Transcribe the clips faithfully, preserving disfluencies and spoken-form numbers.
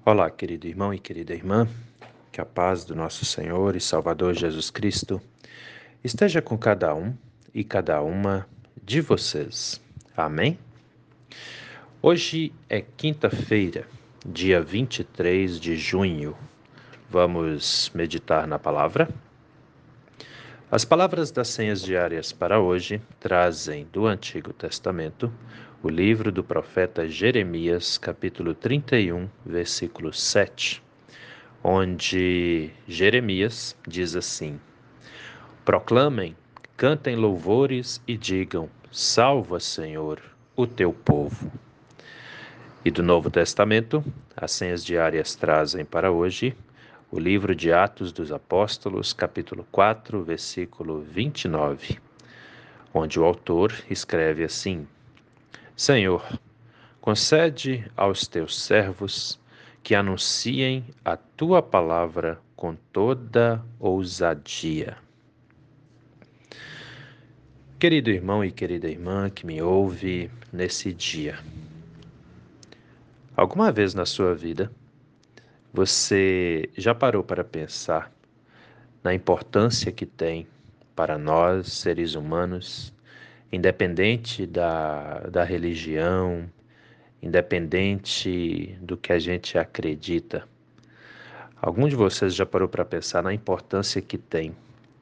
Olá, querido irmão e querida irmã, que a paz do nosso Senhor e Salvador Jesus Cristo esteja com cada um e cada uma de vocês. Amém? Hoje é quinta-feira, dia vinte e três de junho. Vamos meditar na palavra? As palavras das senhas diárias para hoje trazem do Antigo Testamento o livro do profeta Jeremias, capítulo trinta e um, versículo sete. Onde Jeremias diz assim: Proclamem, cantem louvores e digam: Salva, Senhor, o teu povo. E do Novo Testamento, as senhas diárias trazem para hoje o livro de Atos dos Apóstolos, capítulo quatro, versículo vinte e nove, onde o autor escreve assim: Senhor, concede aos teus servos que anunciem a tua palavra com toda ousadia. Querido irmão e querida irmã que me ouve nesse dia, alguma vez na sua vida você já parou para pensar na importância que tem para nós, seres humanos, independente da, da religião, independente do que a gente acredita? Algum de vocês já parou para pensar na importância que tem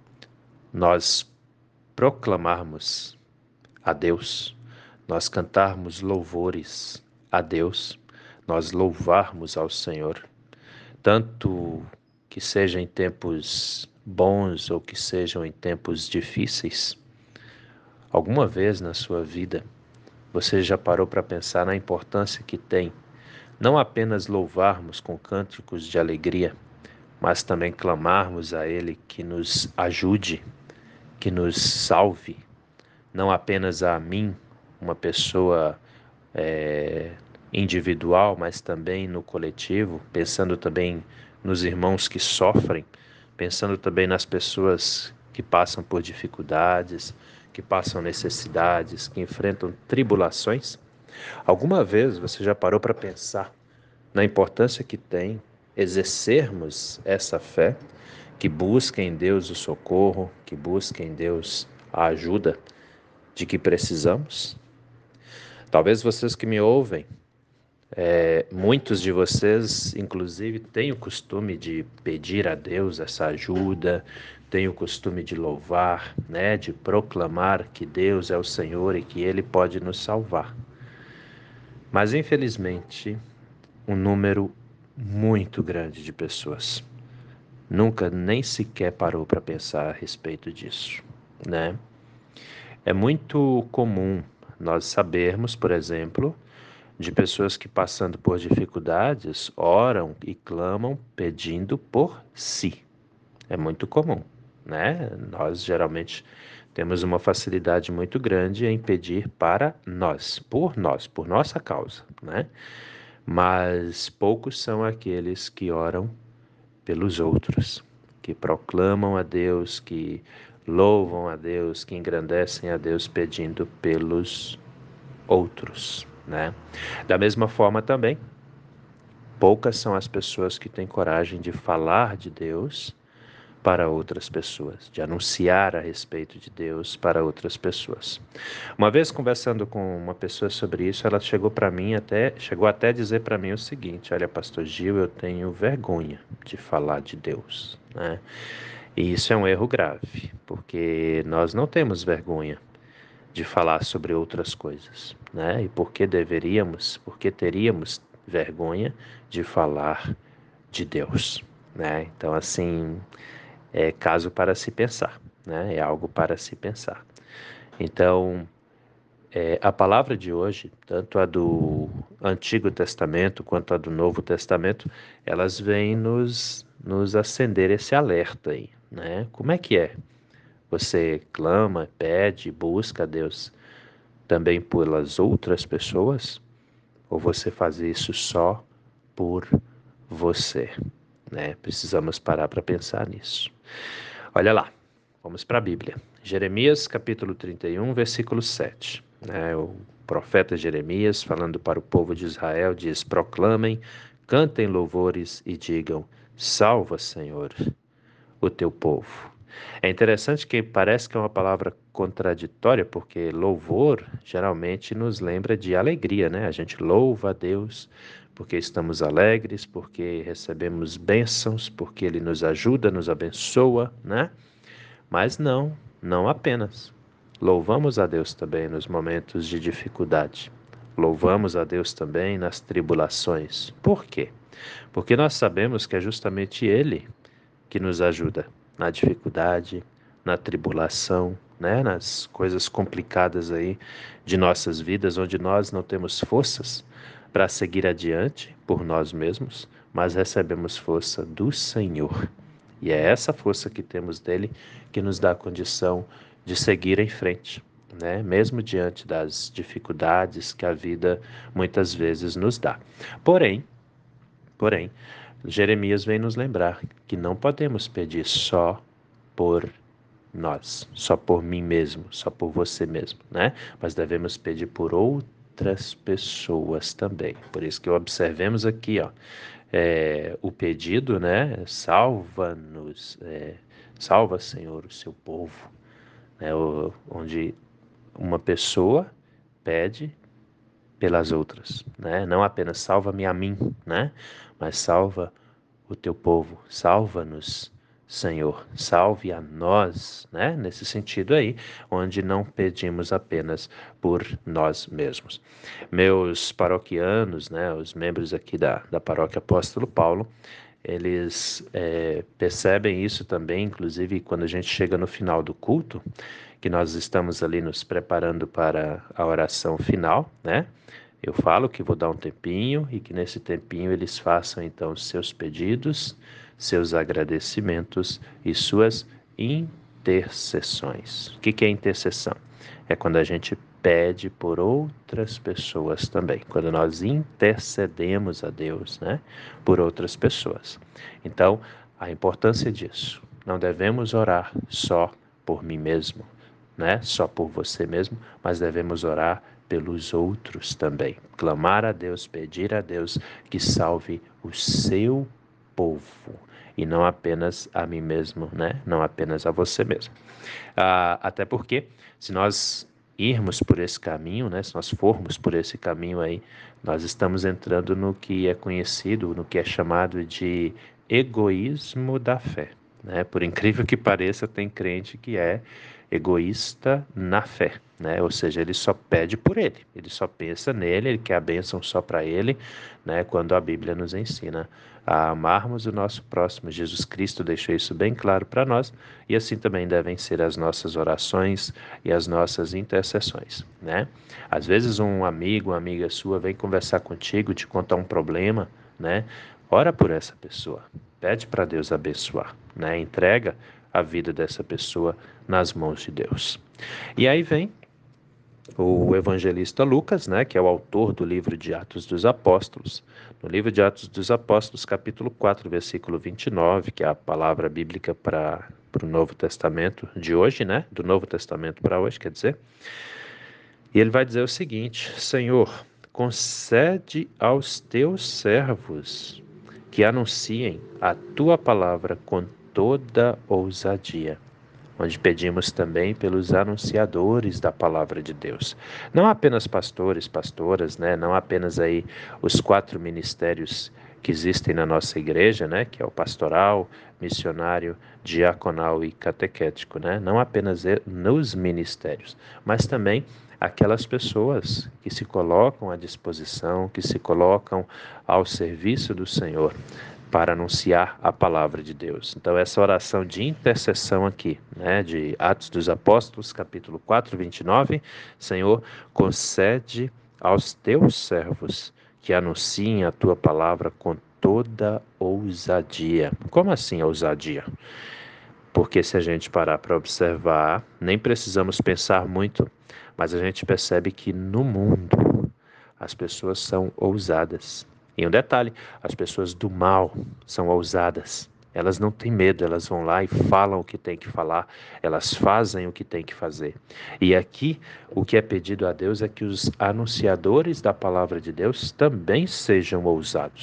nós proclamarmos a Deus, nós cantarmos louvores a Deus, nós louvarmos ao Senhor, tanto que seja em tempos bons ou que sejam em tempos difíceis? Alguma vez na sua vida você já parou para pensar na importância que tem não apenas louvarmos com cânticos de alegria, mas também clamarmos a Ele que nos ajude, que nos salve, não apenas a mim, uma pessoa é, individual, mas também no coletivo, pensando também nos irmãos que sofrem, pensando também nas pessoas que passam por dificuldades, que passam necessidades, que enfrentam tribulações. Alguma vez você já parou para pensar na importância que tem exercermos essa fé, que busca em Deus o socorro, que busca em Deus a ajuda de que precisamos? Talvez vocês que me ouvem, é, muitos de vocês, inclusive, têm o costume de pedir a Deus essa ajuda, têm o costume de louvar, né, de proclamar que Deus é o Senhor e que Ele pode nos salvar. Mas, infelizmente, um número muito grande de pessoas nunca nem sequer parou para pensar a respeito disso, né? É muito comum nós sabermos, por exemplo, de pessoas que, passando por dificuldades, oram e clamam pedindo por si. É muito comum, né? Nós geralmente temos uma facilidade muito grande em pedir para nós, por nós, por nossa causa, né? Mas poucos são aqueles que oram pelos outros, que proclamam a Deus, que louvam a Deus, que engrandecem a Deus pedindo pelos outros, né? Da mesma forma também, poucas são as pessoas que têm coragem de falar de Deus para outras pessoas, de anunciar a respeito de Deus para outras pessoas. Uma vez conversando com uma pessoa sobre isso, ela chegou para mim até, chegou até a dizer para mim o seguinte: olha, Pastor Gil, eu tenho vergonha de falar de Deus, né? E isso é um erro grave, porque nós não temos vergonha de falar sobre outras coisas, né? E por que deveríamos, por que teríamos vergonha de falar de Deus, né? Então, assim, é caso para se pensar, né? É algo para se pensar. Então, é, a palavra de hoje, tanto a do Antigo Testamento quanto a do Novo Testamento, elas vêm nos, nos acender esse alerta aí, né? Como é que é? Você clama, pede, busca a Deus também pelas outras pessoas? Ou você faz isso só por você, né? Precisamos parar para pensar nisso. Olha lá, vamos para a Bíblia. Jeremias capítulo trinta e um, versículo sete. Né? O profeta Jeremias, falando para o povo de Israel, diz: Proclamem, cantem louvores e digam: salva, Senhor, o teu povo. É interessante que parece que é uma palavra contraditória, porque louvor geralmente nos lembra de alegria, né? A gente louva a Deus porque estamos alegres, porque recebemos bênçãos, porque Ele nos ajuda, nos abençoa, né? Mas não, não apenas. Louvamos a Deus também nos momentos de dificuldade. Louvamos a Deus também nas tribulações. Por quê? Porque nós sabemos que é justamente Ele que nos ajuda na dificuldade, na tribulação, né? Nas coisas complicadas aí de nossas vidas, onde nós não temos forças para seguir adiante por nós mesmos, mas recebemos força do Senhor. E é essa força que temos dele que nos dá a condição de seguir em frente, né? Mesmo diante das dificuldades que a vida muitas vezes nos dá. Porém, porém, Jeremias vem nos lembrar que não podemos pedir só por nós, só por mim mesmo, só por você mesmo, né? Mas devemos pedir por outras pessoas também. Por isso que observemos aqui, ó, é, o pedido, né? Salva-nos, é, salva, Senhor, o seu povo, né? O, onde uma pessoa pede pelas outras, né? Não apenas salva-me a mim, né? Mas salva o teu povo, salva-nos, Senhor, salve a nós, né? Nesse sentido aí, onde não pedimos apenas por nós mesmos. Meus paroquianos, né? Os membros aqui da, da Paróquia Apóstolo Paulo, eles é, percebem isso também, inclusive quando a gente chega no final do culto, que nós estamos ali nos preparando para a oração final, né? Eu falo que vou dar um tempinho e que nesse tempinho eles façam então seus pedidos, seus agradecimentos e suas intercessões. O que é intercessão? É quando a gente pede por outras pessoas também, quando nós intercedemos a Deus, né, por outras pessoas. Então, a importância disso. Não devemos orar só por mim mesmo, né, só por você mesmo, mas devemos orar pelos outros também. Clamar a Deus, pedir a Deus que salve o seu povo e não apenas a mim mesmo, né? Não apenas a você mesmo. Ah, até porque, se nós irmos por esse caminho, né? Se nós formos por esse caminho aí, nós estamos entrando no que é conhecido, no que é chamado de egoísmo da fé, né? Por incrível que pareça, tem crente que é egoísta na fé, né? Ou seja, ele só pede por ele, ele só pensa nele, ele quer a bênção só para ele, né? Quando a Bíblia nos ensina a amarmos o nosso próximo. Jesus Cristo deixou isso bem claro para nós, e assim também devem ser as nossas orações e as nossas intercessões, né? Às vezes um amigo, uma amiga sua vem conversar contigo, te contar um problema, né? Ora por essa pessoa, pede para Deus abençoar, né? Entrega a vida dessa pessoa nas mãos de Deus. E aí vem o evangelista Lucas, né, que é o autor do livro de Atos dos Apóstolos. No livro de Atos dos Apóstolos, capítulo quatro, versículo vinte e nove, que é a palavra bíblica para o Novo Testamento de hoje, né, do Novo Testamento para hoje, quer dizer. E ele vai dizer o seguinte: Senhor, concede aos teus servos que anunciem a tua palavra com toda ousadia, onde pedimos também pelos anunciadores da palavra de Deus. Não apenas pastores, pastoras, né? Não apenas aí os quatro ministérios que existem na nossa igreja, né? Que é o pastoral, missionário, diaconal e catequético, né? Não apenas nos ministérios, mas também aquelas pessoas que se colocam à disposição, que se colocam ao serviço do Senhor para anunciar a palavra de Deus. Então, essa oração de intercessão aqui, né, de Atos dos Apóstolos, capítulo quatro, vinte e nove, Senhor, concede aos teus servos que anunciem a tua palavra com toda ousadia. Como assim ousadia? Porque se a gente parar para observar, nem precisamos pensar muito, mas a gente percebe que no mundo as pessoas são ousadas. E um detalhe, as pessoas do mal são ousadas. Elas não têm medo, elas vão lá e falam o que tem que falar, elas fazem o que tem que fazer. E aqui, o que é pedido a Deus é que os anunciadores da palavra de Deus também sejam ousados.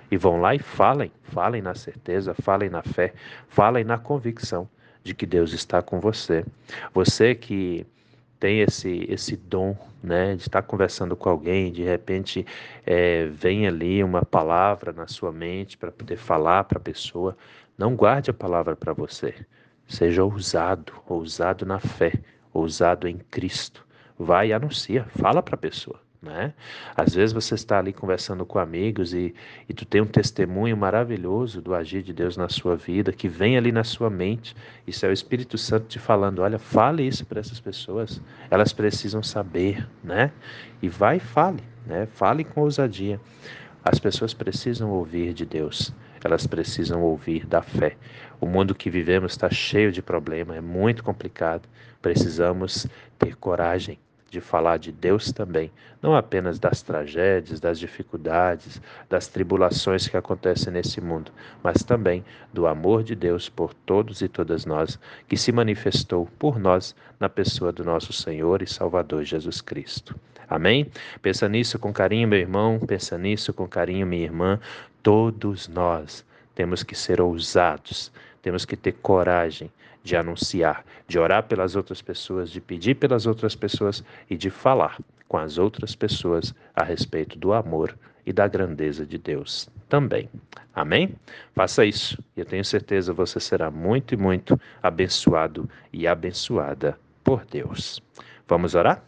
e vão lá e falem, falem na certeza, falem na fé, falem na convicção de que Deus está com você. Você que tem esse, esse dom, né, de estar conversando com alguém, de repente é, vem ali uma palavra na sua mente para poder falar para a pessoa. Não guarde a palavra para você. Seja ousado, ousado na fé, ousado em Cristo. Vai e anuncia, fala para a pessoa. Né? Às vezes você está ali conversando com amigos e, e tu tem um testemunho maravilhoso do agir de Deus na sua vida, que vem ali na sua mente. Isso é o Espírito Santo te falando, olha, fale isso para essas pessoas, elas precisam saber, né? E vai e fale, né? Fale com ousadia. As pessoas precisam ouvir de Deus, elas precisam ouvir da fé. O mundo que vivemos está cheio de problemas, é muito complicado. Precisamos ter coragem de falar de Deus também, não apenas das tragédias, das dificuldades, das tribulações que acontecem nesse mundo, mas também do amor de Deus por todos e todas nós, que se manifestou por nós na pessoa do nosso Senhor e Salvador Jesus Cristo. Amém? Pensa nisso com carinho, meu irmão, pensa nisso com carinho, minha irmã. Todos nós temos que ser ousados, temos que ter coragem de anunciar, de orar pelas outras pessoas, de pedir pelas outras pessoas e de falar com as outras pessoas a respeito do amor e da grandeza de Deus também. Amém? Faça isso e eu tenho certeza você será muito e muito abençoado e abençoada por Deus. Vamos orar?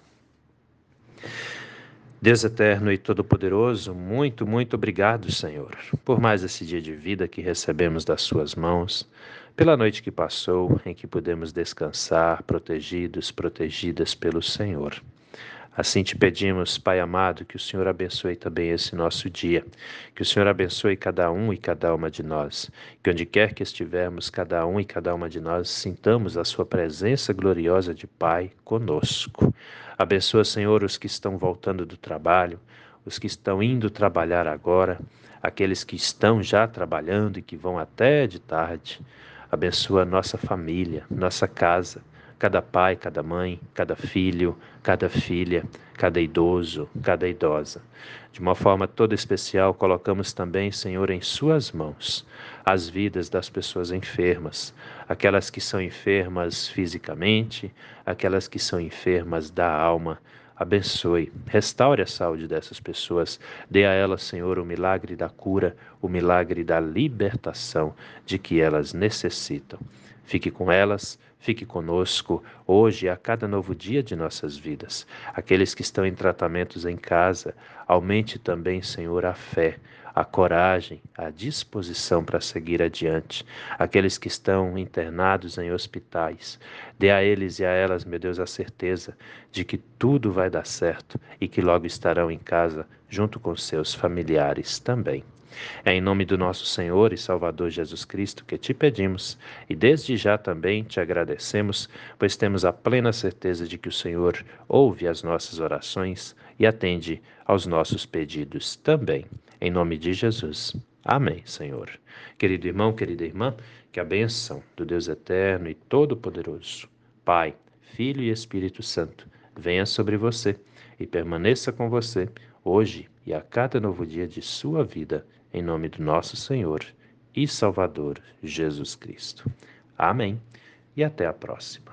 Deus eterno e todo-poderoso, muito, muito obrigado, Senhor, por mais esse dia de vida que recebemos das Suas mãos, pela noite que passou, em que pudemos descansar, protegidos, protegidas pelo Senhor. Assim te pedimos, Pai amado, que o Senhor abençoe também esse nosso dia, que o Senhor abençoe cada um e cada uma de nós, que onde quer que estivermos, cada um e cada uma de nós sintamos a Sua presença gloriosa de Pai conosco. Abençoa, Senhor, os que estão voltando do trabalho, os que estão indo trabalhar agora, aqueles que estão já trabalhando e que vão até de tarde. Abençoa nossa família, nossa casa, cada pai, cada mãe, cada filho, cada filha, cada idoso, cada idosa. De uma forma toda especial, colocamos também, Senhor, em Suas mãos as vidas das pessoas enfermas, aquelas que são enfermas fisicamente, aquelas que são enfermas da alma. Abençoe, restaure a saúde dessas pessoas, dê a elas, Senhor, o milagre da cura, o milagre da libertação de que elas necessitam. Fique com elas, fique conosco, hoje e a cada novo dia de nossas vidas. Aqueles que estão em tratamentos em casa, aumente também, Senhor, a fé, a coragem, a disposição para seguir adiante. Aqueles que estão internados em hospitais, dê a eles e a elas, meu Deus, a certeza de que tudo vai dar certo e que logo estarão em casa junto com seus familiares também. É em nome do nosso Senhor e Salvador Jesus Cristo que te pedimos e desde já também te agradecemos, pois temos a plena certeza de que o Senhor ouve as nossas orações e atende aos nossos pedidos também. Em nome de Jesus. Amém, Senhor. Querido irmão, querida irmã, que a bênção do Deus eterno e todo-poderoso, Pai, Filho e Espírito Santo, venha sobre você e permaneça com você hoje e a cada novo dia de sua vida, em nome do nosso Senhor e Salvador Jesus Cristo. Amém. E até a próxima.